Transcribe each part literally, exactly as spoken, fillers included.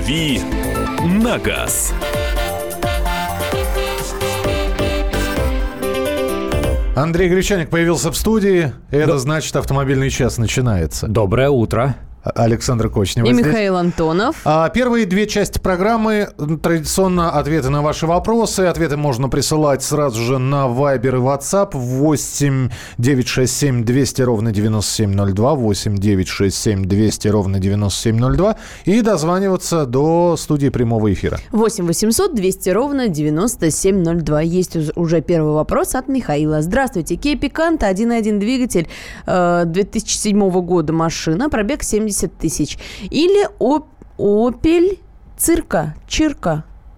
«Дави на газ». Андрей Гречаник появился в студии. Это Д... значит, автомобильный час начинается. Доброе утро. Александр Кочнев. И здесь. Михаил Антонов. А, первые две части программы традиционно ответы на ваши вопросы. Ответы можно присылать сразу же на Viber и WhatsApp восемь девятьсот шестьдесят семь двести ровно девяносто семь ноль два, восемь девятьсот шестьдесят семь двести ровно девяносто семь ноль два и дозваниваться до студии прямого эфира. восемь восемьсот двести ровно девяносто семь ноль два. Есть уже первый вопрос от Михаила. Здравствуйте. Kia Picanto, один и один двигатель, две тысячи седьмого года машина, пробег семьдесят тысяч. Или Opel Цирка, Чирка.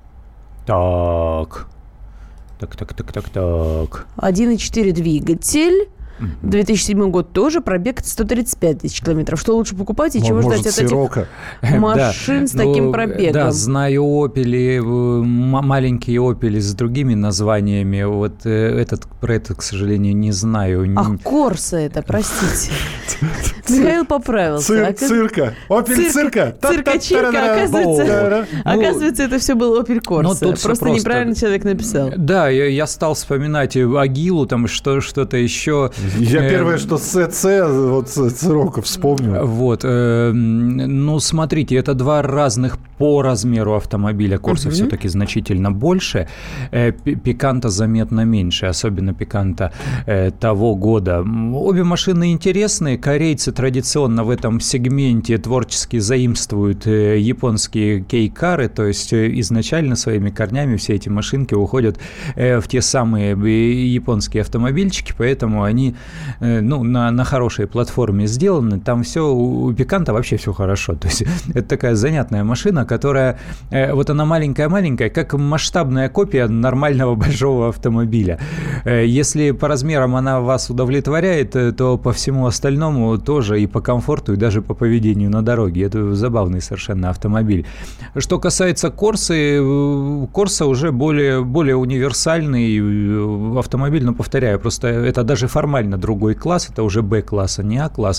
Так. Так, так, так, так, так. один и четыре двигатель. две тысячи седьмой год тоже, пробег сто тридцать пять тысяч километров. Что лучше покупать и чего Может, ждать от Сирока. этих машин да. с таким ну, пробегом? Да, знаю Opel, маленькие Opel с другими названиями. Вот этот, про это, к сожалению, не знаю. Ах, Corsa это, простите. Михаил поправился. Цирка. Opel Цирка. Цирка-чирка, оказывается. Оказывается, это все был Opel Corsa. Просто неправильно человек написал. Да, я стал вспоминать Агилу, там что-то еще. Я первое, что СЦ, вот Цирокко вспомнил. Вот. Э, ну, смотрите, это два разных по размеру автомобиля. Корса uh-huh. все-таки значительно больше. Э, Пиканто заметно меньше, особенно Пиканто э, того года. Обе машины интересные. Корейцы традиционно в этом сегменте творчески заимствуют э, японские кей-кары, то есть э, изначально своими корнями все эти машинки уходят э, в те самые японские автомобильчики, поэтому они ну, на, на хорошей платформе сделаны, там все, у Пиканто вообще все хорошо, то есть это такая занятная машина, которая, вот она маленькая-маленькая, как масштабная копия нормального большого автомобиля. Если по размерам она вас удовлетворяет, то по всему остальному тоже и по комфорту, и даже по поведению на дороге. Это забавный совершенно автомобиль. Что касается Корсы, Корса уже более, более универсальный автомобиль, но, повторяю, просто это даже формально другой класс, это уже Б-класс, а не А-класс.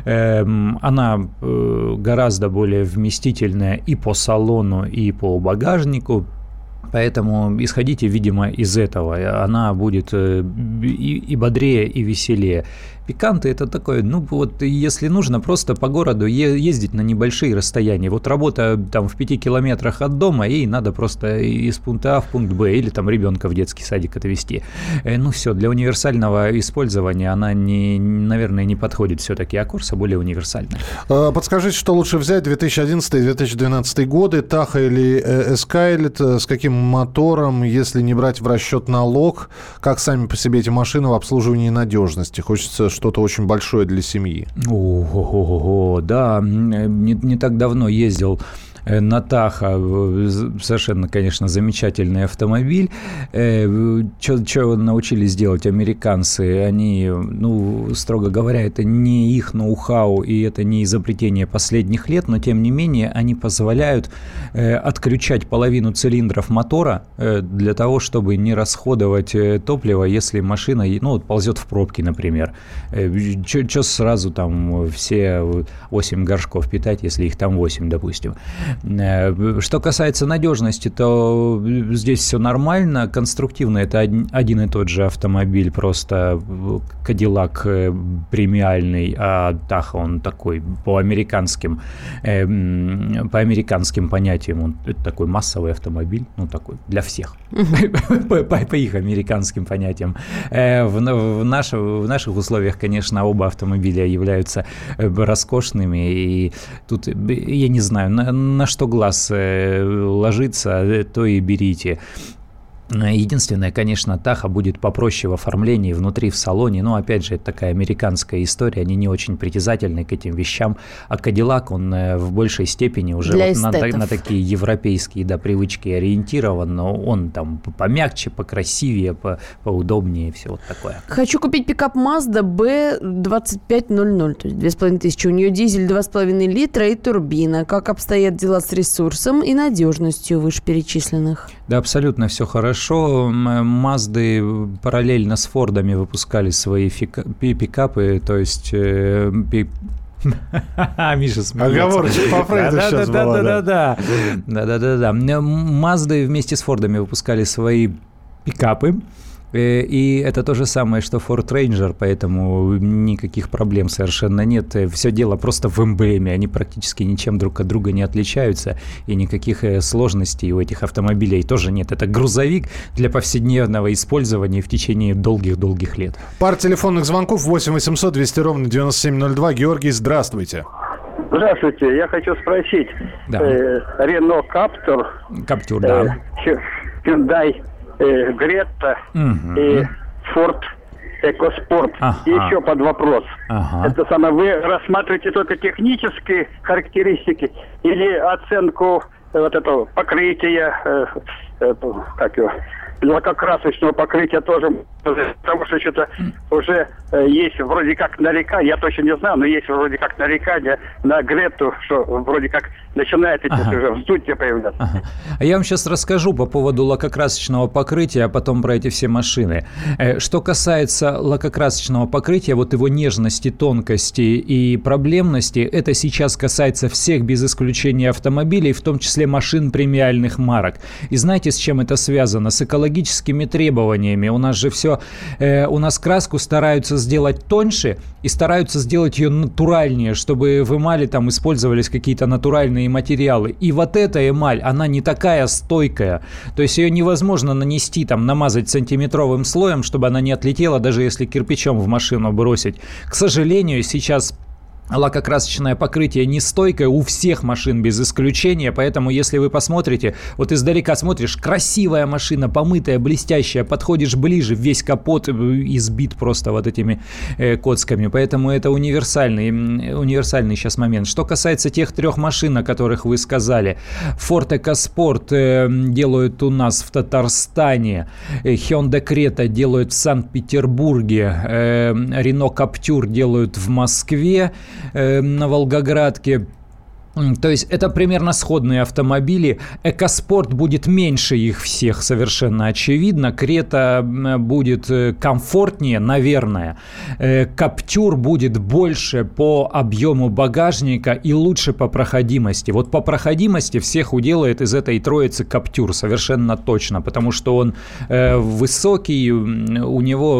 Эм, она э, гораздо более вместительная и по салону, и по багажнику. Поэтому исходите, видимо, из этого. Она будет и, и бодрее, и веселее. Пиканто – это такое, ну вот, если нужно просто по городу ездить на небольшие расстояния. Вот работа там в пяти километрах от дома, и надо просто из пункта А в пункт Б, или там ребенка в детский садик отвезти. Ну все, для универсального использования она, не, наверное, не подходит все-таки, а Корса более универсальная. Подскажите, что лучше взять, две тысячи одиннадцатый - две тысячи двенадцатый годы, Таха или Эскайлет, с каким мотором, если не брать в расчет налог, как сами по себе эти машины в обслуживании и надежности? Хочется что-то очень большое для семьи. О, да, не, не так давно ездил на Таха, совершенно, конечно, замечательный автомобиль. Что научились делать американцы? Они, ну, строго говоря, это не их ноу-хау, и это не изобретение последних лет, но, тем не менее, они позволяют отключать половину цилиндров мотора для того, чтобы не расходовать топливо, если машина, ну, вот, ползет в пробке, например. Что сразу там все восемь горшков питать, если их там восемь, допустим. Что касается надежности, то здесь все нормально. Конструктивно это один и тот же автомобиль, просто Кадиллак премиальный, а Таха он такой по американским, по американским понятиям, он такой массовый автомобиль, ну такой для всех, по их американским понятиям. В наших условиях, конечно, оба автомобиля являются роскошными, и тут, я не знаю, на, на что глаз ложится, то и берите. Единственное, конечно, Таха будет попроще в оформлении внутри, в салоне. Но, опять же, это такая американская история. Они не очень притязательны к этим вещам. А Кадиллак, он в большей степени уже вот на, на такие европейские, да, привычки ориентирован. Но он там помягче, покрасивее, по, поудобнее, все вот такое. Хочу купить пикап Mazda би двадцать пять ноль ноль, то есть две с половиной тысячи. У нее дизель два с половиной литра и турбина. Как обстоят дела с ресурсом и надежностью вышеперечисленных? Да, абсолютно все хорошо. Мазды параллельно с Фордами выпускали свои фика- пикапы, то есть э, Миша смеется. Оговорочка по Фрейду сейчас была. Да-да-да. Да-да-да. Мазды вместе с Фордами выпускали свои пикапы. И это то же самое, что Ford Ranger, поэтому никаких проблем совершенно нет. Все дело просто в эмблеме. Они практически ничем друг от друга не отличаются. И никаких сложностей у этих автомобилей тоже нет. Это грузовик для повседневного использования в течение долгих-долгих лет. Пара телефонных звонков восемь восемьсот двести ровно девяносто семь ноль два. Георгий, здравствуйте. Здравствуйте. Я хочу спросить. Да. Э, Renault Captur. Captur, да. Э, Hyundai Гретта угу. и Ford EcoSport. Ага. И еще под вопрос. Ага. Это самое, вы рассматриваете только технические характеристики или оценку э, вот этого покрытия, э, э, как его, лакокрасочного покрытия тоже, потому что что-то уже э, есть вроде как нарекания, я точно не знаю, но есть вроде как нарекания на Гретту, что вроде как начинает эти ага. уже вздутие появляться. Ага. А я вам сейчас расскажу по поводу лакокрасочного покрытия, а потом про эти все машины. Что касается лакокрасочного покрытия, вот его нежности, тонкости и проблемности, это сейчас касается всех без исключения автомобилей, в том числе машин премиальных марок. И знаете, с чем это связано? С экологическими требованиями. У нас же все, э, у нас краску стараются сделать тоньше и стараются сделать ее натуральнее, чтобы в эмали там использовались какие-то натуральные материалы. И вот эта эмаль, она не такая стойкая. То есть ее невозможно нанести, там, намазать сантиметровым слоем, чтобы она не отлетела, даже если кирпичом в машину бросить. К сожалению, сейчас лакокрасочное покрытие нестойкое у всех машин без исключения, поэтому если вы посмотрите, вот издалека смотришь, красивая машина, помытая, блестящая, подходишь ближе, весь капот избит просто вот этими э, коцками, поэтому это универсальный, универсальный сейчас момент. Что касается тех трех машин, о которых вы сказали, Ford EcoSport э, делают у нас в Татарстане, э, Hyundai Creta делают в Санкт-Петербурге, э, Renault Captur делают в Москве, на Волгоградке. То есть это примерно сходные автомобили. EcoSport будет меньше их всех, совершенно очевидно. Крета будет комфортнее, наверное. Captur будет больше по объему багажника и лучше по проходимости. Вот по проходимости всех уделает из этой троицы Captur, совершенно точно, потому что он высокий, у него,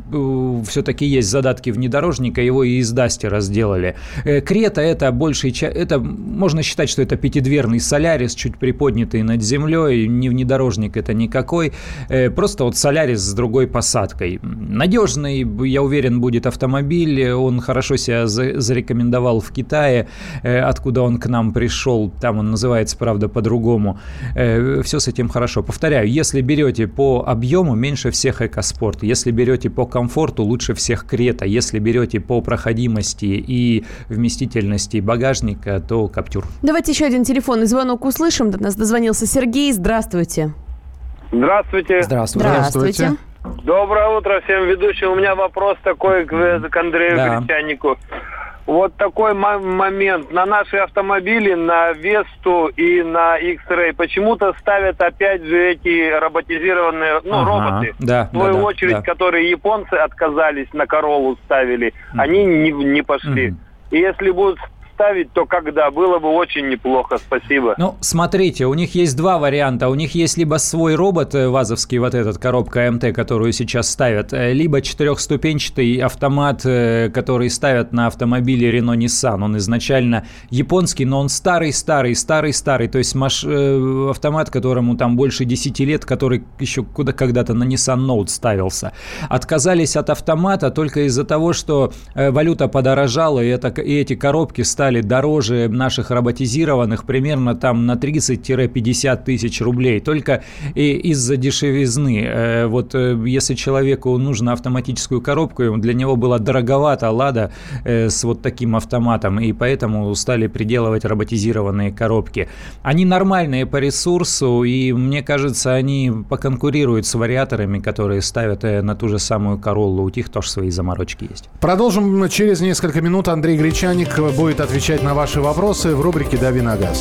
ну, все-таки есть задатки внедорожника, его и из Дастера сделали. Крета это большей частью, это можно считать, что это пятидверный Солярис, чуть приподнятый над землей, не внедорожник это никакой, просто вот Солярис с другой посадкой. Надежный, я уверен, будет автомобиль, он хорошо себя зарекомендовал в Китае, откуда он к нам пришел, там он называется, правда, по-другому. Все с этим хорошо. Повторяю, если берете по объему, меньше всех EcoSport, если берете по комфорту, лучше всех Крета, если берете по проходимости и вместительности багажника, то Captur. Давайте еще один телефонный звонок услышим. До нас дозвонился Сергей. Здравствуйте. Здравствуйте. Здравствуйте. Здравствуйте. Доброе утро всем ведущим. У меня вопрос такой к, к Андрею да. Гречанику. Вот такой м- момент. На наши автомобили, на Весту и на X-Ray почему-то ставят опять же эти роботизированные, ну, ага, роботы. Да, в свою да, очередь, да. которые японцы отказались, на Короллу ставили, mm-hmm. они не, не пошли. Mm-hmm. И если будут ставить, то когда? Было бы очень неплохо, спасибо. Ну, смотрите, у них есть два варианта. У них есть либо свой робот вазовский, вот этот, коробка МТ, которую сейчас ставят, либо четырехступенчатый автомат, который ставят на автомобиле Renault Nissan. Он изначально японский, но он старый-старый-старый-старый. То есть маш... автомат, которому там больше десяти лет, который еще куда когда-то на Nissan Note ставился. Отказались от автомата только из-за того, что валюта подорожала, и, это... и эти коробки стали дороже наших роботизированных примерно там на тридцать-пятьдесят тысяч рублей. Только и из-за дешевизны. Вот если человеку нужно автоматическую коробку, для него было дороговато Лада с вот таким автоматом, и поэтому стали приделывать роботизированные коробки. Они нормальные по ресурсу, и мне кажется, они поконкурируют с вариаторами, которые ставят на ту же самую Короллу. У них тоже свои заморочки есть. Продолжим через несколько минут. Андрей Гречаник будет отвечать отвечать на ваши вопросы в рубрике «Дави на газ».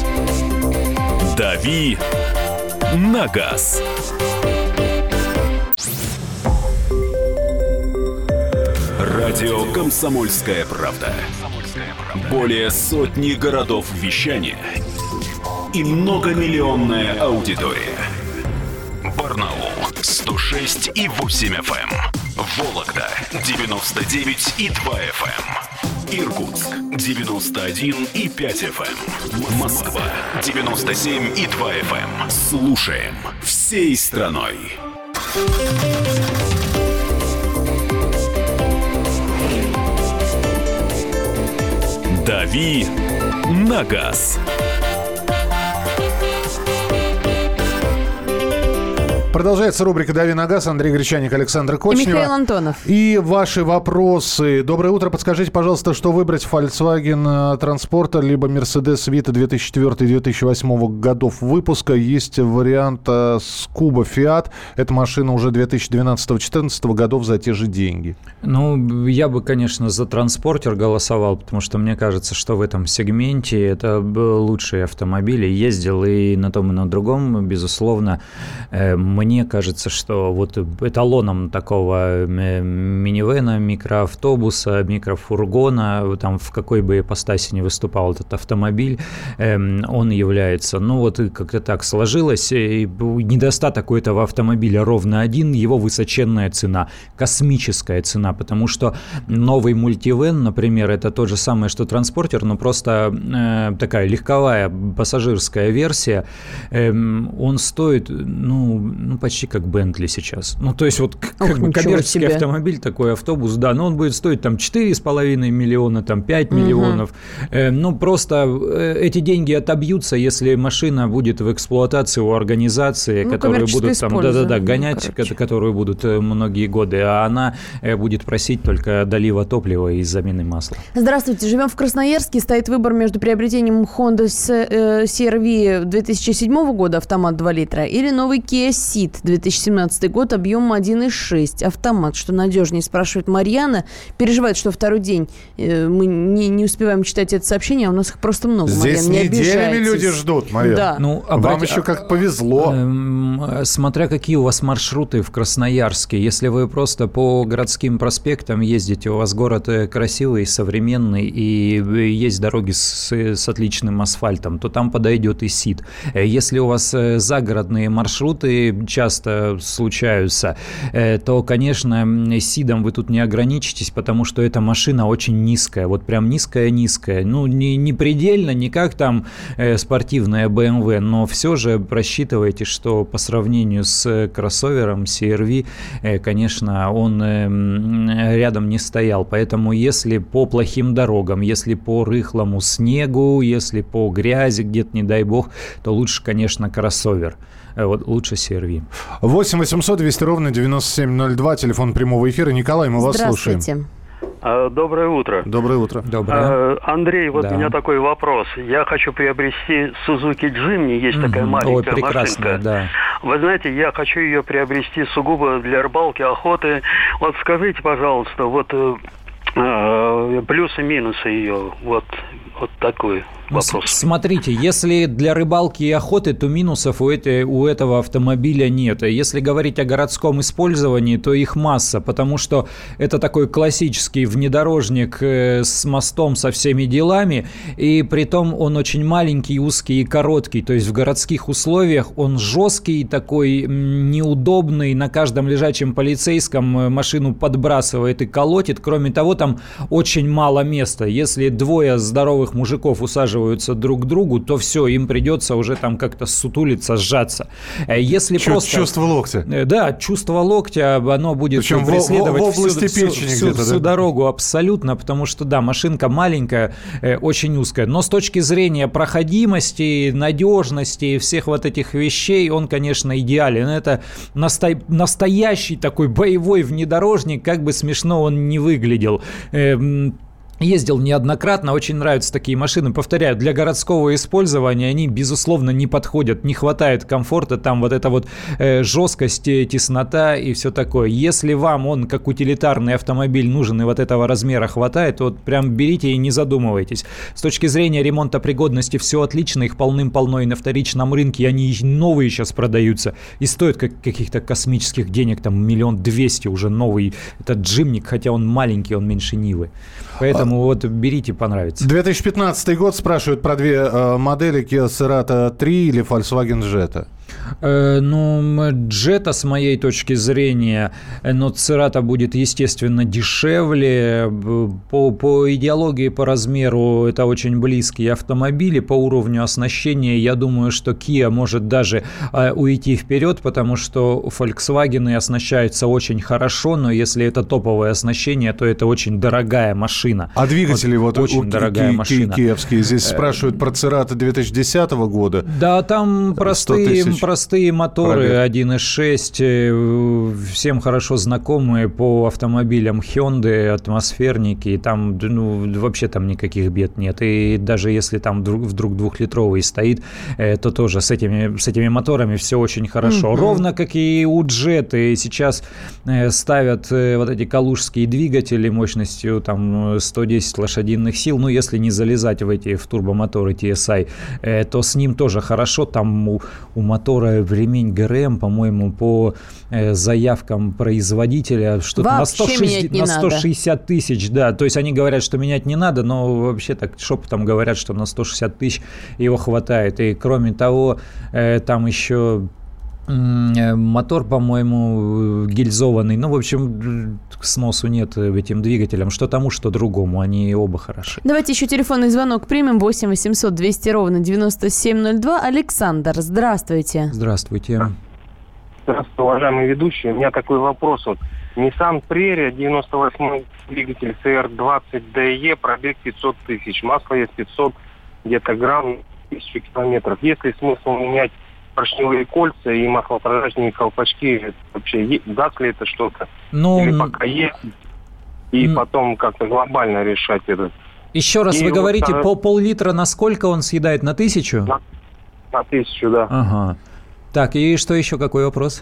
«Дави на газ». Радио «Комсомольская правда». Более сотни городов вещания и многомиллионная аудитория. Барнаул сто шесть и восемь эф эм, Вологда девяносто девять и два эф эм, Иркутск девяносто один и пять эф эм, Москва девяносто семь и два эф эм. Слушаем всей страной. «Дави на газ». Продолжается рубрика «Дави на газ». Андрей Гречаник, Александр Кочнева. И Михаил Антонов. И ваши вопросы. Доброе утро. Подскажите, пожалуйста, что выбрать: Volkswagen Transporter либо Mercedes Vito две тысячи четвёртого - две тысячи восьмого годов выпуска. Есть вариант Scuba Fiat. Эта машина уже две тысячи двенадцатого - две тысячи четырнадцатого годов за те же деньги. Ну, я бы, конечно, за Транспортер голосовал, потому что мне кажется, что в этом сегменте это лучшие автомобили. Ездил и на том, и на другом, безусловно. Мне кажется, что вот эталоном такого минивэна, микроавтобуса, микрофургона, там в какой бы ипостаси ни выступал этот автомобиль, он является, ну вот как-то так сложилось. И недостаток у этого автомобиля ровно один: его высоченная цена, космическая цена, потому что новый мультивэн, например, это то же самое, что Транспортер, но просто э, такая легковая пассажирская версия, э, он стоит, ну, ну, почти как Бентли сейчас. Ну, то есть вот как бы коммерческий себе. Автомобиль, такой автобус, да, но он будет стоить там четыре с половиной миллиона, там пять угу. миллионов. Э, ну, просто э, эти деньги отобьются, если машина будет в эксплуатации у организации, ну, которые будут там, да-да-да, гонять, ну, которую будут многие годы, а она э, будет просить только долива топлива и замены масла. Здравствуйте, живем в Красноярске, стоит выбор между приобретением Honda си ар ви две тысячи седьмого года, автомат два литра, или новый Kia Ceed две тысячи семнадцатый год, объем один и шесть, автомат. Что надежнее, спрашивает Марьяна. Переживает, что второй день мы не, не успеваем читать это сообщение, а у нас их просто много. Здесь Марьяна, не неделями люди ждут, Марьяна. Да. Ну, Вам обрати... еще как повезло. Смотря какие у вас маршруты в Красноярске. Если вы просто по городским проспектам ездите, у вас город красивый, современный, и есть дороги с, с отличным асфальтом, то там подойдет и Ceed. Если у вас загородные маршруты часто случаются, то, конечно, Ceed'ом вы тут не ограничитесь, потому что эта машина очень низкая, вот прям низкая-низкая. Ну, не, не предельно, не как там спортивная бэ эм вэ, но все же просчитывайте, что по сравнению с кроссовером си ар ви, конечно, он рядом не стоял. Поэтому если по плохим дорогам, если по рыхлому снегу, если по грязи где-то, не дай бог, то лучше, конечно, кроссовер. Вот лучше си ар ви. восемь восемьсот двести ровно девяносто семь ноль два, телефон прямого эфира. Николай, мы вас слушаем. Здравствуйте. Доброе утро. Доброе утро. Доброе. Андрей, вот да. у меня такой вопрос. Я хочу приобрести Suzuki Jimny, есть mm-hmm. такая маленькая Ой, машинка. Да. Вы знаете, я хочу ее приобрести сугубо для рыбалки, охоты. Вот скажите, пожалуйста, вот э, плюсы-минусы ее, вот, вот такой вопрос. Смотрите, если для рыбалки и охоты, то минусов у, этой, у этого автомобиля нет. Если говорить о городском использовании, то их масса, потому что это такой классический внедорожник с мостом, со всеми делами, и притом он очень маленький, узкий и короткий, то есть в городских условиях он жесткий, такой неудобный, на каждом лежачем полицейском машину подбрасывает и колотит. Кроме того, там очень мало места. Если двое здоровых мужиков усаживаются друг к другу, то все, им придется уже там как-то сутулиться, сжаться. Если Чувство, просто... чувство локтя. Да, чувство локтя, оно будет Причем преследовать в, в, в области всю, печени всю, где-то, всю да? дорогу абсолютно, потому что, да, машинка маленькая, очень узкая. Но с точки зрения проходимости, надежности, всех вот этих вещей, он, конечно, идеален. Это насто... настоящий такой боевой внедорожник, как бы смешно он ни выглядел. Ездил неоднократно, очень нравятся такие машины. Повторяю, для городского использования они, безусловно, не подходят. Не хватает комфорта, там вот эта вот э, жесткость, теснота и все такое. Если вам он как утилитарный автомобиль нужен и вот этого размера хватает, то вот прям берите и не задумывайтесь. С точки зрения ремонта пригодности все отлично, их полным-полно и на вторичном рынке, они новые сейчас продаются и стоят как каких-то космических денег, там миллион двести уже новый этот джимник, хотя он маленький, он меньше Нивы. Поэтому Поэтому вот берите, понравится. две тысячи пятнадцатый год, спрашивают про две э, модели Kia Cerato три или Volkswagen Jetta. Э, ну, Jetta, с моей точки зрения, но Cerato будет, естественно, дешевле. По, по идеологии, по размеру это очень близкие автомобили. По уровню оснащения, я думаю, что Kia может даже э, уйти вперед, потому что Volkswagen оснащаются очень хорошо, но если это топовое оснащение, то это очень дорогая машина. А двигатели вот, вот очень у, дорогая ки- машина. Киевские. Здесь спрашивают про Cerato две тысячи десятого года. Да, там простые, простые моторы пробег. один и шесть, всем хорошо знакомые по автомобилям Hyundai, атмосферники, и там ну, вообще там никаких бед нет. И даже если там вдруг, вдруг двухлитровый стоит, то тоже с этими, с этими моторами все очень хорошо. Mm-hmm. Ровно как и у Jetta. Сейчас ставят вот эти калужские двигатели мощностью там сто десять лошадиных сил. Ну, если не залезать в эти в турбомоторы ти эс ай, то с ним тоже хорошо. Там у, у мотора ремень ГРМ, по-моему, по э, заявкам производителя что-то на сто шестьдесят, на сто шестьдесят тысяч, да, то есть они говорят, что менять не надо, но вообще так шепотом говорят, что на сто шестьдесят тысяч его хватает, и кроме того, э, там еще мотор, по-моему, гильзованный. Ну, в общем, сносу нет этим двигателям. Что тому, что другому. Они оба хороши. Давайте еще телефонный звонок примем. восемь восемьсот двести ровно девяносто семь ноль два. Александр, здравствуйте. Здравствуйте. Здравствуйте, уважаемый ведущий. У меня такой вопрос. Вот. Nissan Prairie, девяносто восьмой двигатель си ар двадцать ди и, пробег пятьсот тысяч. Масло есть пятьсот где-то грамм, тысячу километров. Есть ли смысл менять поршневые кольца и маслопрожатные колпачки? Вообще, даст ли это что-то? Ну, или пока есть, и м- потом как-то глобально решать это? Еще раз, и вы вот говорите, второй... по пол-литра на сколько он съедает? На тысячу? На, на тысячу, да. Ага. Так, и что еще? Какой вопрос?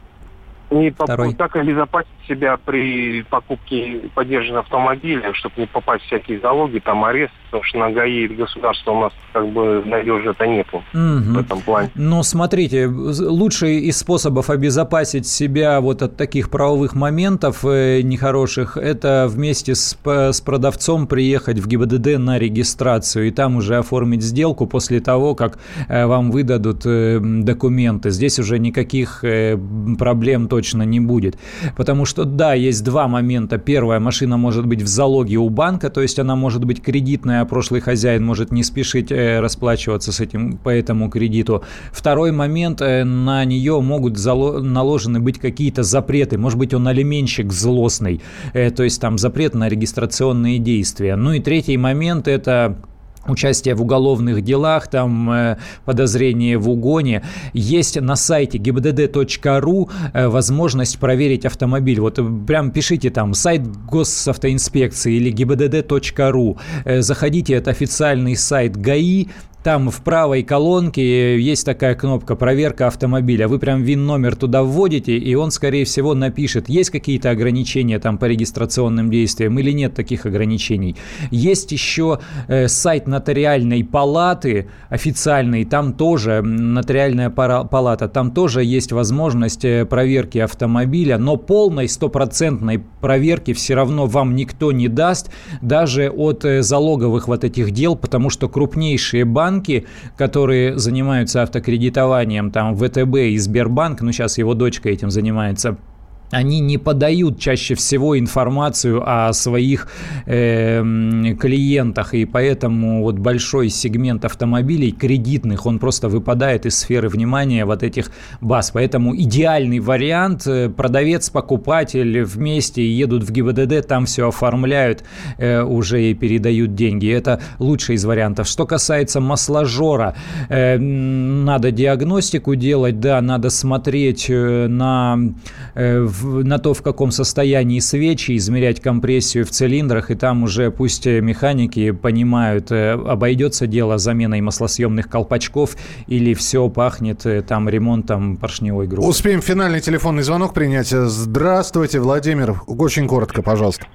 И по, как обезопасить себя при покупке подержанного автомобиля, чтобы не попасть в всякие залоги, там арест, потому что на ГАИ государства у нас как бы надежно-то нету угу. в этом плане. Ну, смотрите, лучший из способов обезопасить себя вот от таких правовых моментов э, нехороших, это вместе с, с продавцом приехать в ГИБДД на регистрацию и там уже оформить сделку после того, как э, вам выдадут э, документы. Здесь уже никаких э, проблем точно не будет. Потому что, да, есть два момента. Первое, машина может быть в залоге у банка, то есть она может быть кредитная, а прошлый хозяин может не спешить э, расплачиваться с этим, по этому кредиту. Второй момент, э, на нее могут зало- наложены быть какие-то запреты. Может быть, он алименщик злостный, э, то есть там запрет на регистрационные действия. Ну и третий момент, это... участие в уголовных делах, там э, подозрение в угоне. Есть на сайте гэ бэ дэ дэ точка ру э, возможность проверить автомобиль. Вот э, прям пишите там сайт госавтоинспекции или гэ бэ дэ дэ точка ру. Э, заходите, это официальный сайт ГАИ. Там в правой колонке есть такая кнопка «Проверка автомобиля». Вы прям ВИН-номер туда вводите, и он, скорее всего, напишет, есть какие-то ограничения там по регистрационным действиям или нет таких ограничений. Есть еще э, сайт нотариальной палаты официальный, там тоже нотариальная палата, там тоже есть возможность проверки автомобиля, но полной стопроцентной проверки все равно вам никто не даст, даже от э, залоговых вот этих дел, потому что крупнейшие банки, которые занимаются автокредитованием, там вэ тэ бэ и Сбербанк, ну сейчас его дочка этим занимается, они не подают чаще всего информацию о своих э, клиентах, и поэтому вот большой сегмент автомобилей кредитных, он просто выпадает из сферы внимания вот этих баз. Поэтому идеальный вариант – продавец, покупатель вместе едут в гэ бэ дэ дэ, там все оформляют э, уже и передают деньги. Это лучший из вариантов. Что касается масложора, э, надо диагностику делать, да, надо смотреть на э, на то, в каком состоянии свечи, измерять компрессию в цилиндрах, и там уже пусть механики понимают, обойдется дело заменой маслосъемных колпачков или все пахнет там ремонтом поршневой группы. Успеем финальный телефонный звонок принять. Здравствуйте, Владимир. Очень коротко, пожалуйста.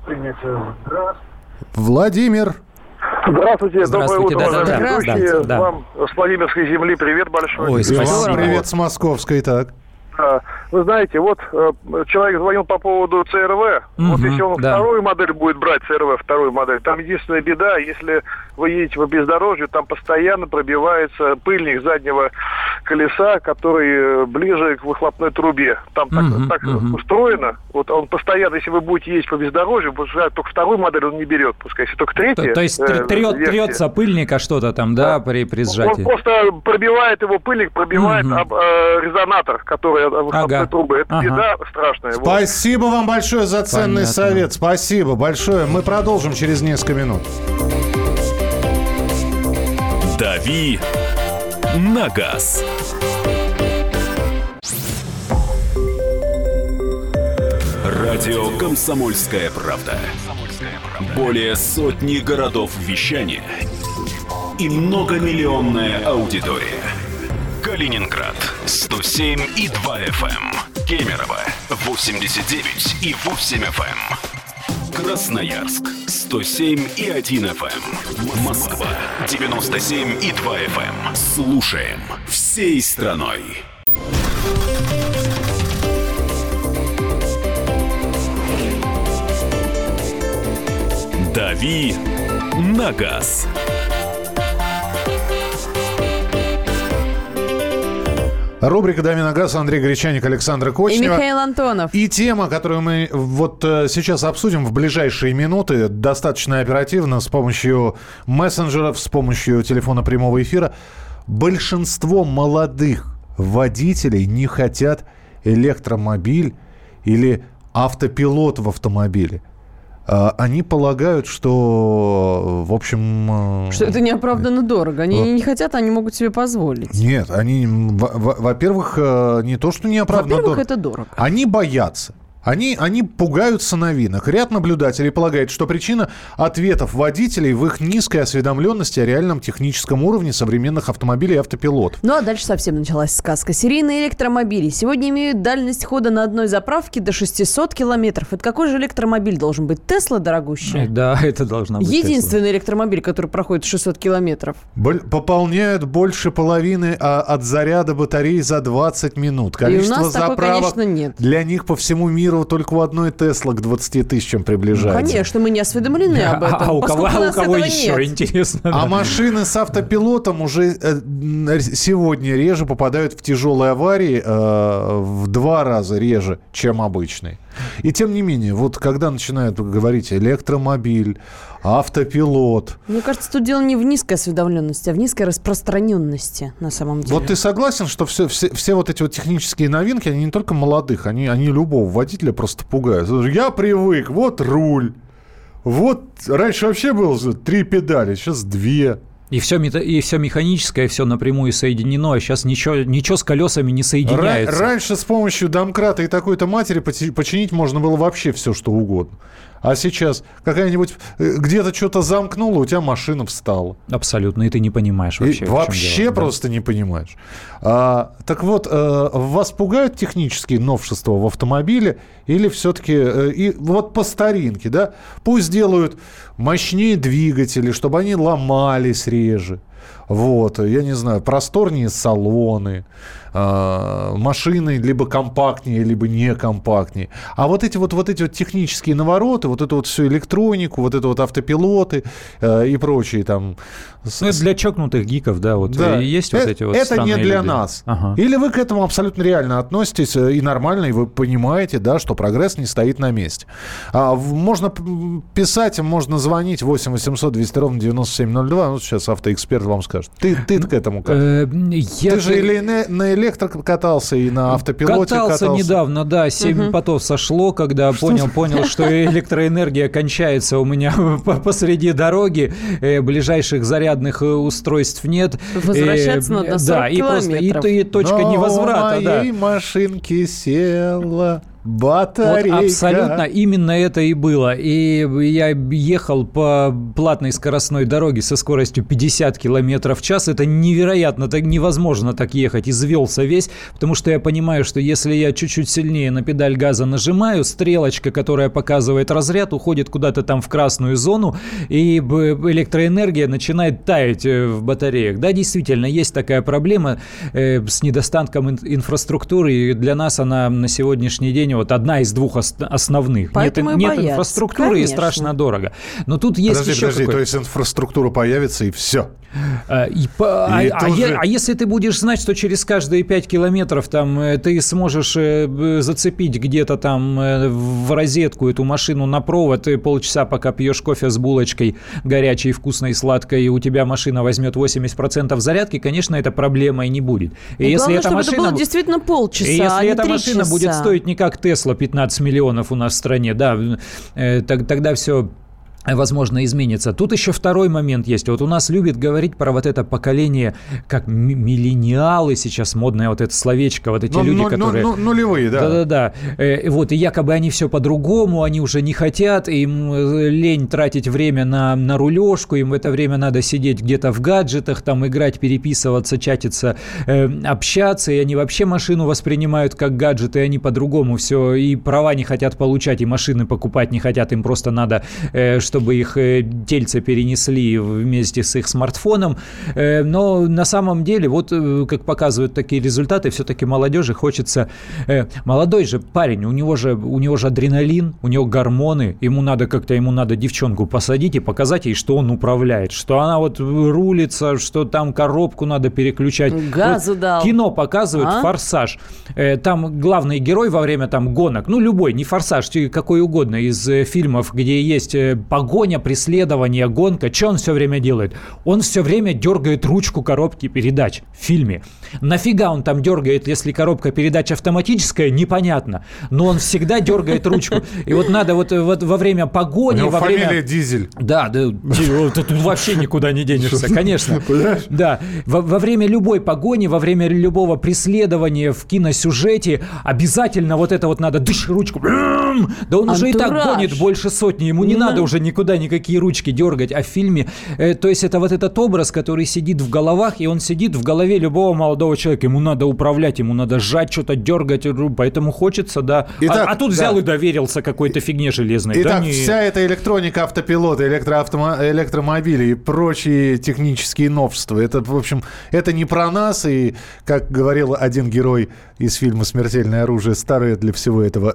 Владимир. Здравствуйте, Здравствуйте, доброе утро, да, уважаемые да, ведущие. да, да. Вам с Владимирской земли привет большой. Ой, спасибо. Вам привет с Московской, так. А, вы знаете, вот э, человек звонил по поводу си эр ви. Угу, вот если он да. вторую модель будет брать, си эр ви, вторую модель, там единственная беда, если вы едете по бездорожью, там постоянно пробивается пыльник заднего колеса, который ближе к выхлопной трубе. Там Угу, так, так угу. устроено. Вот он постоянно, если вы будете ездить по бездорожью, пускай только вторую модель он не берет, пускай если только третья. То, то есть э, трет, версия. трется пыльника что-то там, да, Да. при, при Он сжатии? просто пробивает его пыльник, пробивает Мгм. об, э, резонатор, который от выхлопной Ага. трубы. Это Ага. беда страшная. Вот. Спасибо вам большое за ценный Понятно. совет. Спасибо большое. Мы продолжим через несколько минут. «Дави на газ». Радио «Комсомольская правда». Более сотни городов вещания и многомиллионная аудитория. Калининград сто семь и два эф эм, Кемерово восемьдесят девять и восемь эф эм, Красноярск сто семь и один эф эм, Москва девяносто семь и два эф эм. Слушаем всей страной. «Дави на газ». Рубрика «Дави на газ», Андрей Гречаник, Александра И Кочнева. Михаил Антонов. И тема, которую мы вот э, сейчас обсудим в ближайшие минуты, достаточно оперативно, с помощью мессенджеров, с помощью телефона прямого эфира. Большинство молодых водителей не хотят электромобиль или автопилот в автомобиле. Э, они полагают, что, в общем... э, Что это неоправданно дорого. Они не хотят, они могут себе позволить. Нет, они, во- во- во-первых, э, не то, что неоправданно Во-первых, дорого. это дорого. Они боятся. Они, они пугаются новинок. Ряд наблюдателей полагает, что причина ответов водителей в их низкой осведомленности о реальном техническом уровне современных автомобилей и автопилотов. Ну а дальше совсем началась сказка. Серийные электромобили сегодня имеют дальность хода на одной заправке до шестьсот километров. Это какой же электромобиль должен быть? Тесла дорогущая? Да, это должна быть Единственный электромобиль, который проходит шестьсот километров. Боль- пополняют больше половины а, от заряда батареи за двадцать минут. И у Количество нас такой, заправок конечно, нет. для них по всему миру только у одной Тесла к двадцати тысячам приближается. Конечно, мы не осведомлены об этом. А, а у кого, поскольку а у у нас кого этого еще, нет. интересно? А да. машины с автопилотом уже э, сегодня реже попадают в тяжелые аварии, э, в два раза реже, чем обычные. И тем не менее, вот когда начинают говорить электромобиль, автопилот. Мне кажется, тут дело не в низкой осведомленности, а в низкой распространенности на самом деле. Вот ты согласен, что все, все, все вот эти вот технические новинки, они не только молодых, они, они любого водителя просто пугают. Я привык, вот руль. Вот раньше вообще было три педали, сейчас две. И все, и все механическое, все напрямую соединено, а сейчас ничего, ничего с колесами не соединяется. Ра- раньше с помощью домкрата и такой-то матери поти- починить можно было вообще все, что угодно. А сейчас какая-нибудь э, где-то что-то замкнуло, у тебя машина встала. Абсолютно, и ты не понимаешь вообще. И в чем вообще дело, да. просто не понимаешь. А, так вот, э, вас пугают технические новшества в автомобиле или все-таки э, и вот по старинке, да? Пусть делают мощнее двигатели, чтобы они ломались реже. Вот, я не знаю, просторнее салоны, э, машины либо компактнее, либо не компактнее. А вот эти вот, вот эти вот технические навороты, вот эту вот всю электронику, вот это вот автопилоты э, и прочие там... Ну, это для чокнутых гиков, да, вот Да. и есть вот это, эти вот это странные не для люди. нас. Ага. Или вы к этому абсолютно реально относитесь э, и нормально, и вы понимаете, да, что прогресс не стоит на месте. А, в- можно п- писать, можно звонить восемь восемьсот двести ровно девяносто семь ноль два. Ну, сейчас автоэксперт вам скажет. Ты, ты к этому как? Э, я Ты же или на, на электро катался, и на автопилоте Катался, катался. недавно, да, семь потов сошло, когда понял, понял, что электроэнергия кончается у меня по- посреди дороги, э, ближайших зарядных э, устройств нет. Возвращаться Э, надо на Да, сорок и просто и, километров. и точка Но невозврата, у да. моей машинки села Батарейка. Вот абсолютно именно это и было. И я ехал по платной скоростной дороге со скоростью пятьдесят километров в час. Это невероятно, так невозможно так ехать. Извелся весь, потому что я понимаю, что если я чуть-чуть сильнее на педаль газа нажимаю, стрелочка, которая показывает разряд, уходит куда-то там в красную зону, и электроэнергия начинает таять в батареях. Да, действительно, есть такая проблема э, с недостатком ин- инфраструктуры, и для нас она на сегодняшний день вот одна из двух ос- основных. Поэтому нет, и нет боятся. инфраструктуры, Конечно. и страшно дорого. Но тут есть Подожди, еще подожди, какой-то... то есть инфраструктура появится и все. А, и по- И а, а тоже- е- а если ты будешь знать, что через каждые пять километров там э, ты сможешь э, б- зацепить где-то там э, в розетку эту машину на провод, и полчаса, пока пьешь кофе с булочкой горячей, вкусной, сладкой, и у тебя машина возьмет восемьдесят процентов зарядки, конечно, эта проблема и не будет. И, И если главное, эта чтобы машина... это было действительно полчаса, И если а не эта три машина часа. будет стоить не как Тесла пятнадцать миллионов у нас в стране, да, э, так- тогда все... возможно, изменится. Тут еще второй момент есть. Вот у нас любят говорить про вот это поколение, как м- миллениалы, сейчас модное вот это словечко, вот эти Ну, люди, ну, которые... ну, ну, нулевые, да. Да-да-да. Э, вот, и якобы они все по-другому, они уже не хотят, им э, лень тратить время на, на рулежку, им в это время надо сидеть где-то в гаджетах, там играть, переписываться, чатиться, э, общаться, и они вообще машину воспринимают как гаджет, и они по-другому все, и права не хотят получать, и машины покупать не хотят, им просто надо, э, чтобы их э, тельце перенесли вместе с их смартфоном. Э, но на самом деле, вот э, как показывают такие результаты, все-таки молодежи хочется... Э, молодой же парень, у него же, у него же адреналин, у него гормоны, ему надо как-то, ему надо девчонку посадить и показать ей, что он управляет, что она вот рулится, что там коробку надо переключать. Газу Вот дал. кино показывают, А? «Форсаж». Э, там главный герой во время там гонок, ну любой, не «Форсаж», какой угодно из э, фильмов, где есть э, погоня, преследование, гонка. Что он все время делает? Он все время дергает ручку коробки передач в фильме. Нафига он там дергает, если коробка передач автоматическая, непонятно. Но он всегда дергает ручку. И вот надо вот, вот во время погони... У него во фамилия время... Дизель. Да, да, тут вообще никуда не денешься, конечно. Да, во, во время любой погони, во время любого преследования в киносюжете обязательно вот это вот надо, дыш, ручку, да он уже и так Антураж. гонит больше сотни, ему не надо уже никуда никакие ручки дергать, а в фильме, э, то есть это вот этот образ, который сидит в головах, и он сидит в голове любого молодого человека, ему надо управлять, ему надо сжать, что-то дергать, поэтому хочется, да. Итак, а, а тут да. взял и доверился какой-то фигне железной. Итак, да не... вся эта электроника, автопилоты, электроавтомо... электромобили и прочие технические новшества, это, в общем, это не про нас, и, как говорил один герой из фильма «Смертельное оружие», старое для всего этого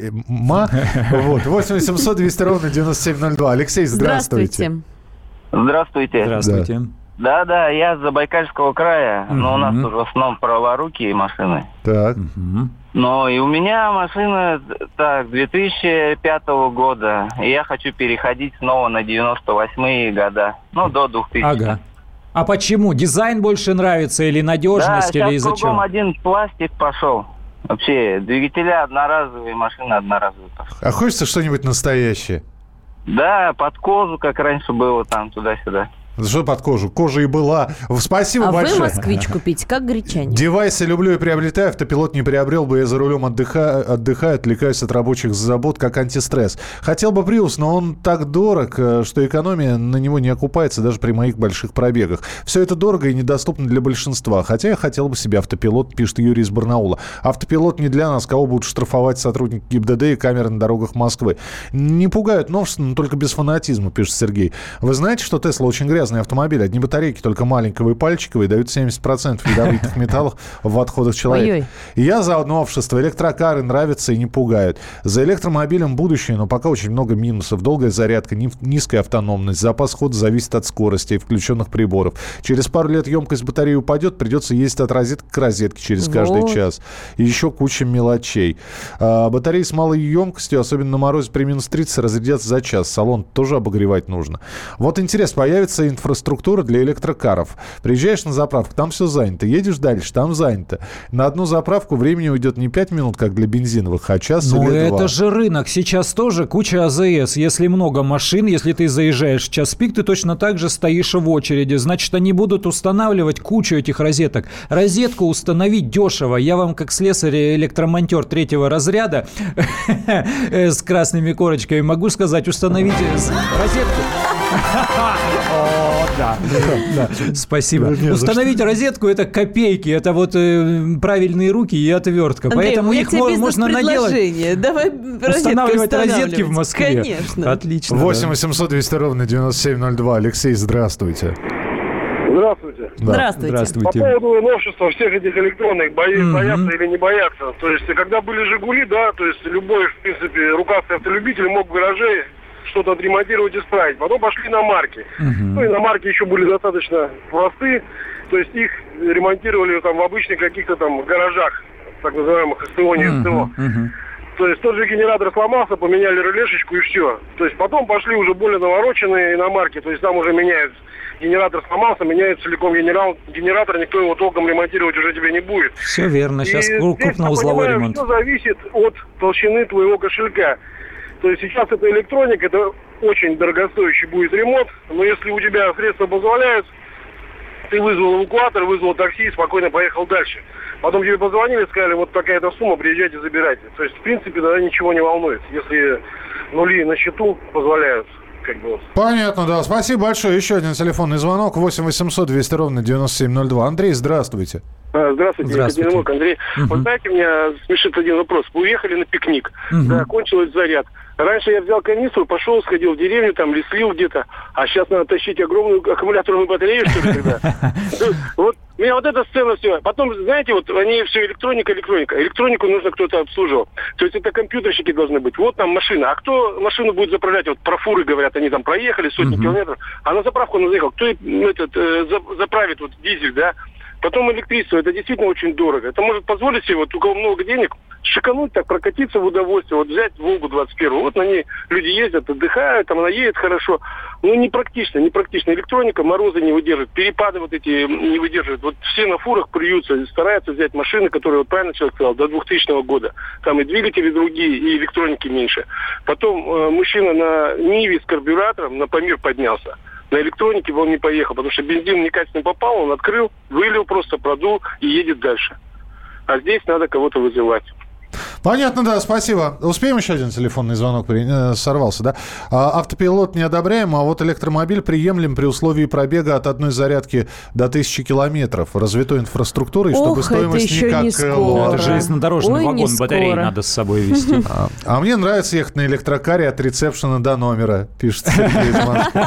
ма. Вот. восемь восемьсот двести ровно девяносто семь ноль два. Алексей, здравствуйте. Здравствуйте. Здравствуйте. Да-да, я с Забайкальского края, но у нас Мгм. тоже в основном праворукие машины. Так. Мгм. Но и у меня машина так две тысячи пятого года, и я хочу переходить снова на девяносто восьмые года, ну до двухтысячных. Ага. А почему? Дизайн больше нравится или Да, надежность, или сейчас из-за кругом чего? один пластик пошел. Вообще, двигателя одноразовые, машины одноразовые пошли. А хочется что-нибудь настоящее? Да, под кожу, как раньше было, там, туда-сюда. Что под кожу? Кожа и была. Спасибо А вы большое. москвич купите, как гречане. Девайсы люблю и приобретаю. Автопилот не приобрел бы. Я за рулем отдыхаю, отдыхаю, отвлекаюсь от рабочих забот, как антистресс. Хотел бы Prius, но он так дорог, э, что экономия на него не окупается даже при моих больших пробегах. Все это дорого и недоступно для большинства. Хотя я хотел бы себе автопилот, пишет Юрий из Барнаула. Автопилот не для нас. Кого будут штрафовать сотрудники ГИБДД и камеры на дорогах Москвы? Не пугают новшества, но только без фанатизма, пишет Сергей. Вы знаете, что Тесла очень грязный автомобиль? Одни батарейки, только маленького и пальчиковые, дают семьдесят процентов ядовитых металлов в отходах человека. Ой-ой. И я за новшество. Электрокары нравятся и не пугают. За электромобилем будущее, но пока очень много минусов. Долгая зарядка, ни- низкая автономность, запас хода зависит от скорости и включенных приборов. Через пару лет емкость батареи упадет, придется ездить от розетки к розетке через каждый Вот. час. И еще куча мелочей. А, батареи с малой емкостью, особенно на морозе при минус тридцать, разрядятся за час. Салон тоже обогревать нужно. Вот интересно, появится инфраструктура для электрокаров. Приезжаешь на заправку, там все занято. Едешь дальше, там занято. На одну заправку времени уйдет не пять минут, как для бензиновых, а час Ну, или это два. же рынок. Сейчас тоже куча АЗС. Если много машин, если ты заезжаешь в час пик, ты точно так же стоишь в очереди. Значит, они будут устанавливать кучу этих розеток. Розетку установить дешево. Я вам, как слесарь-электромонтер третьего разряда с красными корочками, могу сказать, установить розетку. О, да. Спасибо. Установить розетку – это копейки. Это вот правильные руки и отвертка. Поэтому их можно наделать. Давай устанавливать розетки в Москве. Конечно. Отлично. восемь восемьсот двести ровно девяносто семь ноль два. Алексей, здравствуйте. Здравствуйте. Да. Здравствуйте. Здравствуйте. По поводу новшества всех этих электронных, бои, Мгм. боятся или не боятся. То есть, когда были «Жигули», да, то есть любой, в принципе, рукастый автолюбитель мог в гараже что-то отремонтировать и исправить. Потом пошли иномарки. Мгм. Ну, иномарки еще были достаточно просты. То есть их ремонтировали там в обычных каких-то там гаражах, так называемых СТО, не СТО. Мгм. Мгм. То есть тот же генератор сломался, поменяли релешечку и все. То есть потом пошли уже более навороченные иномарки. То есть там уже меняют, генератор сломался, меняет целиком генерал, генератор, никто его толком ремонтировать уже тебе не будет. Все верно. Сейчас И крупноузловой здесь, я ремонт. понимаю, все зависит от толщины твоего кошелька. То есть сейчас это электроника, это очень дорогостоящий будет ремонт, но если у тебя средства позволяют, ты вызвал эвакуатор, вызвал такси и спокойно поехал дальше. Потом тебе позвонили, сказали, вот такая-то сумма, приезжайте, забирайте. То есть, в принципе, тогда ничего не волнует, если нули на счету позволяют. Как бы вот. Понятно, да. Спасибо большое. Еще один телефонный звонок. восемь восемьсот двести ровно девяносто семь ноль два. Андрей, здравствуйте. А, Здравствуйте, Здравствуйте. Екатеринбург, Андрей. Мгм. Вот знаете, меня смешит один вопрос. Вы уехали на пикник, Мгм. да, кончилась заряд. Раньше я взял канистру, пошел, сходил в деревню, там, леслил где-то, а сейчас надо тащить огромную аккумуляторную батарею, что ли, тогда? Ну, Вот, меня вот эта сцена все. Потом, знаете, вот они все электроника, электроника. Электронику нужно кто-то обслуживал. То есть это компьютерщики должны быть. Вот там машина. А кто машину будет заправлять? Вот про фуры говорят, они там проехали сотни Мгм. километров, а на заправку он заехал. Кто ну, этот, э, за- заправит вот дизель, да? Потом электричество, это действительно очень дорого. Это может позволить себе, вот у кого много денег, шикануть так, прокатиться в удовольствие, вот взять Волгу двадцать первую. Вот на ней люди ездят, отдыхают, там она едет хорошо. Ну, непрактично, непрактично. Электроника морозы не выдерживает, перепады вот эти не выдерживают. Вот все на фурах плюются, стараются взять машины, которые, вот правильно человек сказал, до двухтысячного года. Там и двигатели другие, и электроники меньше. Потом э, мужчина на Ниве с карбюратором на Памир поднялся. На электронике он не поехал, потому что бензин некачественно попал, он открыл, вылил просто, продул и едет дальше. А здесь надо кого-то вызывать. Понятно, да, спасибо. Успеем еще один телефонный звонок? При... э, сорвался, да? А, автопилот не одобряем, а вот электромобиль приемлем при условии пробега от одной зарядки до тысячи километров. Развитой инфраструктурой, Ох, чтобы это стоимость еще не как не э, скоро. лот. Это железнодорожный Ой, не вагон, батареи скоро. надо с собой везти. А, а мне нравится ехать на электрокаре от ресепшена до номера, пишет Сергей из Москвы.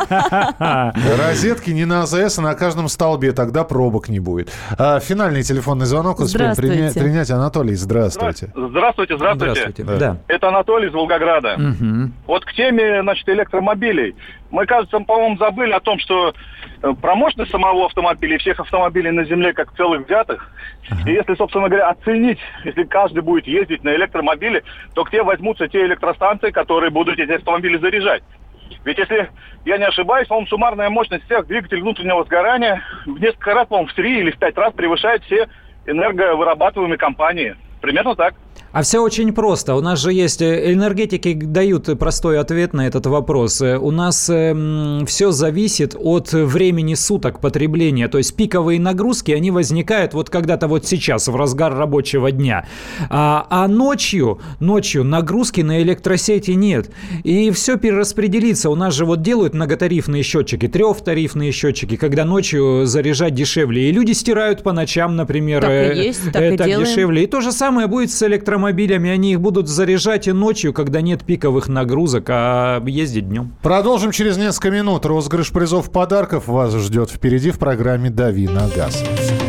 Розетки не на АЗС, а на каждом столбе, тогда пробок не будет. А, финальный телефонный звонок успеем Здравствуйте. приня- принять. Анатолий, здравствуйте. Здравствуйте, здравствуйте. Здравствуйте. Да. Да. Это Анатолий из Волгограда. Мгм. Вот к теме, значит, электромобилей. Мы, кажется, по-моему, забыли о том, что э, про мощность самого автомобиля и всех автомобилей на земле как целых взятых. И если, собственно говоря, оценить, если каждый будет ездить на электромобиле, то где возьмутся те электростанции, которые будут эти автомобили заряжать? Ведь если я не ошибаюсь, по-моему, суммарная мощность всех двигателей внутреннего сгорания в несколько раз, по-моему, в три или в пять раз превышает все энерговырабатываемые компании. Примерно так. А все очень просто. У нас же есть... э, Энергетики дают простой ответ на этот вопрос. Э, У нас эм, все зависит от времени суток потребления. То есть пиковые нагрузки, они возникают вот когда-то вот сейчас, в разгар рабочего дня. А, а ночью, ночью нагрузки на электросети нет. И все перераспределится. У нас же вот делают многотарифные счетчики, трехтарифные счетчики, когда ночью заряжать дешевле. И люди стирают по ночам, например. Так и э, есть, так э, и делаем. дешевле. И то же самое будет с электромобилями. Они их будут заряжать и ночью, когда нет пиковых нагрузок, а ездить днем. Продолжим через несколько минут. Розыгрыш призов подарков вас ждет впереди в программе «Дави на газ».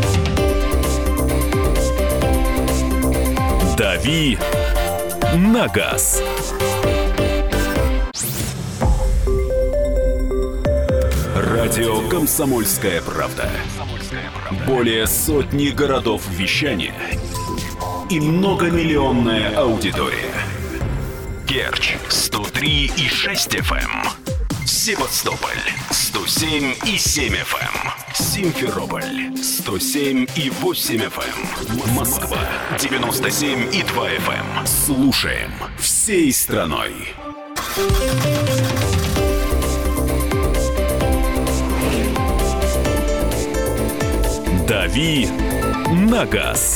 «Дави на газ». Радио «Комсомольская правда». Более сотни городов вещания и многомиллионная аудитория. Керчь сто три и шесть эф эм, Севастополь сто семь и семь эф эм, Симферополь сто семь и восемь эф эм, Москва девяносто семь и два эф эм. Слушаем всей страной. «Дави на газ».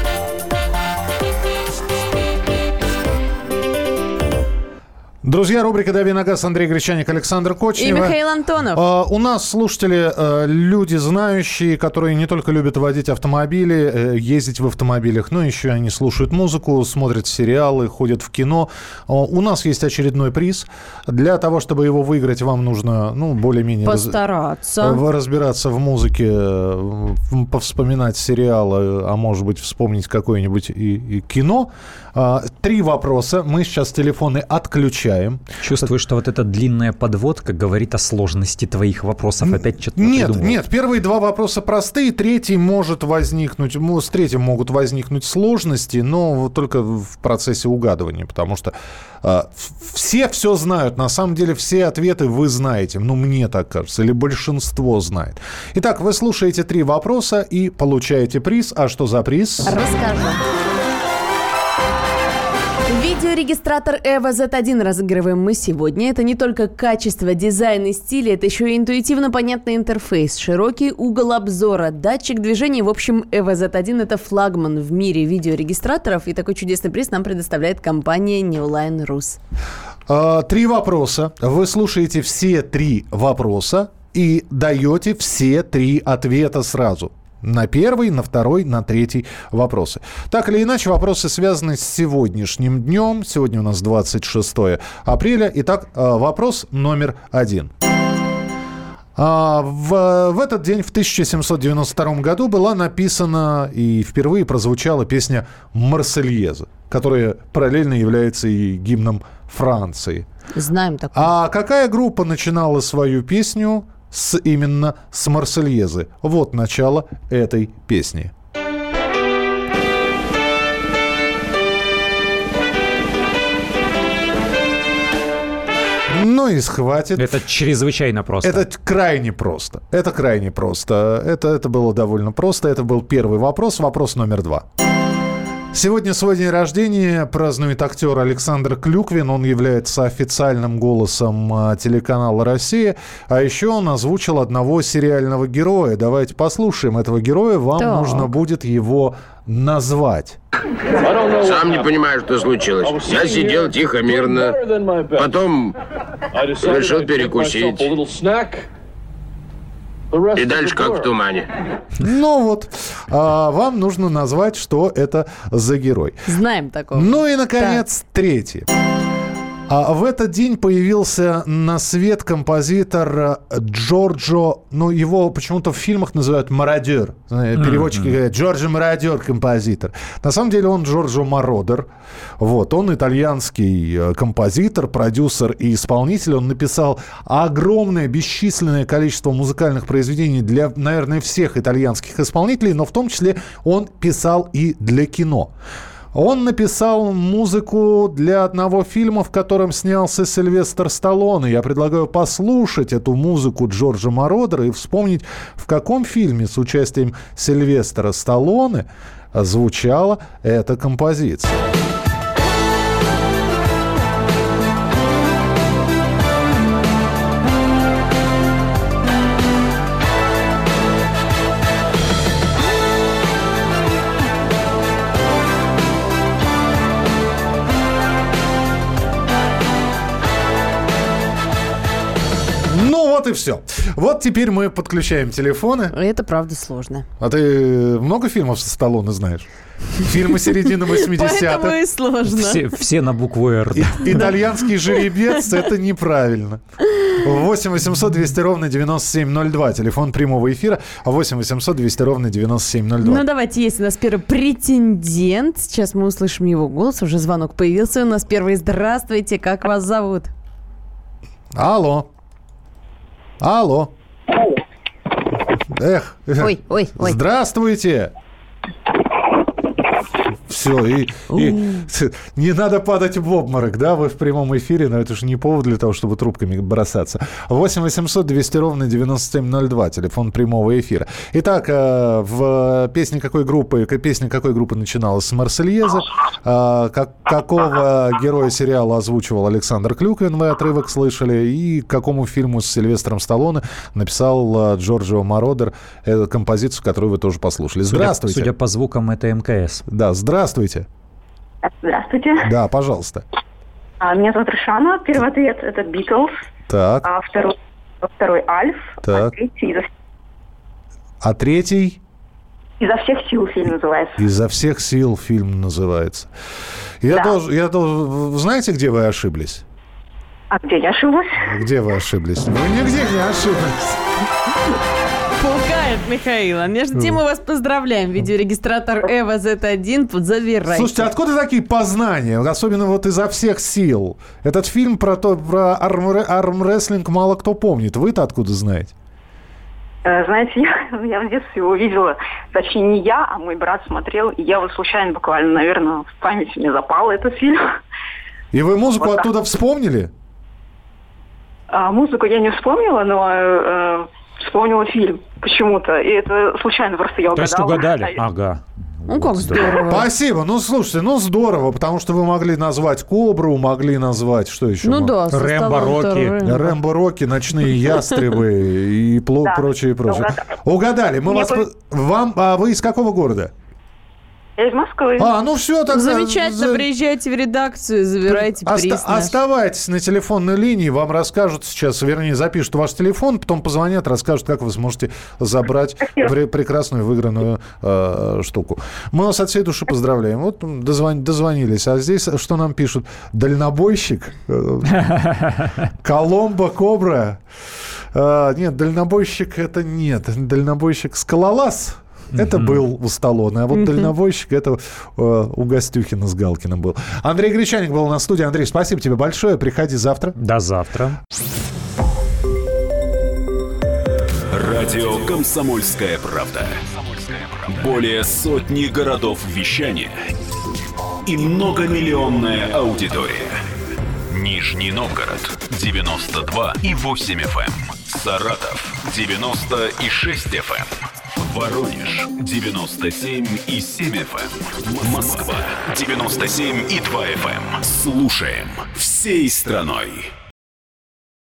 Друзья, рубрика «Дави на газ», Андрей Гречаник, Александр Кочнева. И Михаил Антонов. Uh, у нас слушатели, uh, люди знающие, которые не только любят водить автомобили, uh, ездить в автомобилях, но еще они слушают музыку, смотрят сериалы, ходят в кино. Uh, у нас есть очередной приз. Для того, чтобы его выиграть, вам нужно, ну, более-менее... Постараться. Раз, разбираться в музыке, uh, повспоминать сериалы, а может быть, вспомнить какое-нибудь и, и кино. Uh, три вопроса. Мы сейчас телефоны отключаем. Чувствую, что вот эта длинная подводка говорит о сложности твоих вопросов. Опять что-то Нет, придумал. нет, первые два вопроса простые, третий может возникнуть, с третьим могут возникнуть сложности, но только в процессе угадывания, потому что э, все все знают, на самом деле все ответы вы знаете, ну мне так кажется, или большинство знает. Итак, вы слушаете три вопроса и получаете приз. А что за приз? Расскажу. Видеорегистратор Evo зет один разыгрываем мы сегодня. Это не только качество, дизайн и стиль, это еще и интуитивно понятный интерфейс, широкий угол обзора, датчик движения. В общем, Evo зет один – это флагман в мире видеорегистраторов, и такой чудесный приз нам предоставляет компания Neoline Rus. А, три вопроса. Вы слушаете все три вопроса и даете все три ответа сразу. На первый, на второй, на третий вопросы. Так или иначе, вопросы связаны с сегодняшним днем. Сегодня у нас двадцать шестое апреля. Итак, вопрос номер один. В, в этот день, в тысяча семьсот девяносто втором году, была написана и впервые прозвучала песня «Марсельеза», которая параллельно является и гимном Франции. Знаем такое. А какая группа начинала свою песню с, именно с «Марсельезы»? Вот начало этой песни. Ну и схватит. Это чрезвычайно просто. Это крайне просто. Это крайне просто. Это, это было довольно просто. Это был первый вопрос. Вопрос номер два. Сегодня свой день рождения празднует актер Александр Клюквин. Он является официальным голосом телеканала «Россия». А еще он озвучил одного сериального героя. Давайте послушаем этого героя. Вам да. нужно будет его назвать. Сам не понимаю, что случилось. Я сидел тихо, мирно. Потом решил перекусить. И дальше как в тумане. Ну вот, а, вам нужно назвать, что это за герой. Знаем такого. Ну и, наконец, так. третий. А в этот день появился на свет композитор Джорджо, ну его почему-то в фильмах называют «Мародер». Переводчики mm-hmm. говорят «Джорджо Мародер» композитор. На самом деле он Джорджо Мородер. Вот, он итальянский композитор, продюсер и исполнитель. Он написал огромное, бесчисленное количество музыкальных произведений для, наверное, всех итальянских исполнителей, но в том числе он писал и для кино. Он написал музыку для одного фильма, в котором снялся Сильвестр Сталлоне. Я предлагаю послушать эту музыку Джорджа Мородера и вспомнить, в каком фильме с участием Сильвестра Сталлоне звучала эта композиция. Вот и все. Вот теперь мы подключаем телефоны. Это правда сложно. А ты много фильмов со Сталлоне знаешь? Фильмы середины восьмидесятых. Поэтому и сложно. Все, все на букву «Р». И, итальянский жеребец – это неправильно. восемь восемьсот двести ровно девяносто семь ноль два. Телефон прямого эфира. восемь восемьсот двести ровно девяносто семь ноль два. Ну, давайте, есть у нас первый претендент. Сейчас мы услышим его голос. Уже звонок появился у нас первый. Здравствуйте, как вас зовут? Алло. Алло. Эх. Ой, ой, ой. Здравствуйте. Все, и, и не надо падать в обморок, да, вы в прямом эфире, но это же не повод для того, чтобы трубками бросаться. восемь восемьсот двести ровно девяносто семь ноль два, телефон прямого эфира. Итак, в песне какой группы, песня какой группы начиналась с «Марсельеза», как, какого героя сериала озвучивал Александр Клюквин, вы отрывок слышали, и к какому фильму с Сильвестром Сталлоне написал Джорджио Мородер композицию, которую вы тоже послушали. Здравствуйте. Судя, судя по звукам, это эм ка эс. Да, здравствуйте. Здравствуйте. Да, пожалуйста. А, меня зовут Ришана. Первый ответ – это «Битлз». Так. А второй, второй «Альф». Так. А третий «Изо, а третий? «Изо всех сил» фильм называется. «Изо всех сил» фильм называется. Я да. должен, я должен... Знаете, где вы ошиблись? А где я ошиблась? Где вы ошиблись? Вы нигде не ошиблись. Пугает Михаила. Между тем мы вас поздравляем. Видеорегистратор Эва зет один. Забирайте. Слушайте, откуда такие познания? Особенно вот «Изо всех сил». Этот фильм про, то, про арм- армрестлинг мало кто помнит. Вы-то откуда знаете? Знаете, я, я в детстве его видела. Точнее, не я, а мой брат смотрел. И я вот случайно, буквально, наверное, в память мне запал этот фильм. И вы музыку вот оттуда так. вспомнили? А, музыку я не вспомнила, но... Э, вспомнила фильм почему-то. И это случайно просто я угадала. То есть угадали? Ага. Ну, как здорово. Спасибо. Ну, слушайте, ну, здорово, потому что вы могли назвать «Кобру», могли назвать, что еще? Ну, да. Рэмбо Рокки. Рэмбо. Рэмбо Рокки, «Ночные ястребы» и да, прочее, и прочее. Угадали. Угадали. Мы вас... По... Вам... А вы из какого города? Я из Москвы. А, ну все, тогда... Замечательно, за... приезжайте в редакцию, забирайте приз Оста- наш. Оставайтесь на телефонной линии, вам расскажут сейчас, вернее, запишут ваш телефон, потом позвонят, расскажут, как вы сможете забрать пр- прекрасную выигранную э, штуку. Мы вас от всей души поздравляем. Вот дозвон- дозвонились. А здесь что нам пишут? Дальнобойщик? Коломбо, Кобра? Нет, дальнобойщик это нет. Дальнобойщик Скалолаз. Это mm-hmm. был у Сталлоне, а вот mm-hmm. дальнобойщик это э, у Гостюхина с Галкиным был. Андрей Гречаник был на студии. Андрей, спасибо тебе большое. Приходи завтра. До завтра. Радио «Комсомольская правда». Более сотни городов вещания и многомиллионная аудитория. Нижний Новгород девяносто два и восемь эф эм. Саратов девяносто и шесть эф эм. Воронеж девяносто семь и семь эф эм. Москва девяносто семь и два эф эм. Слушаем всей страной.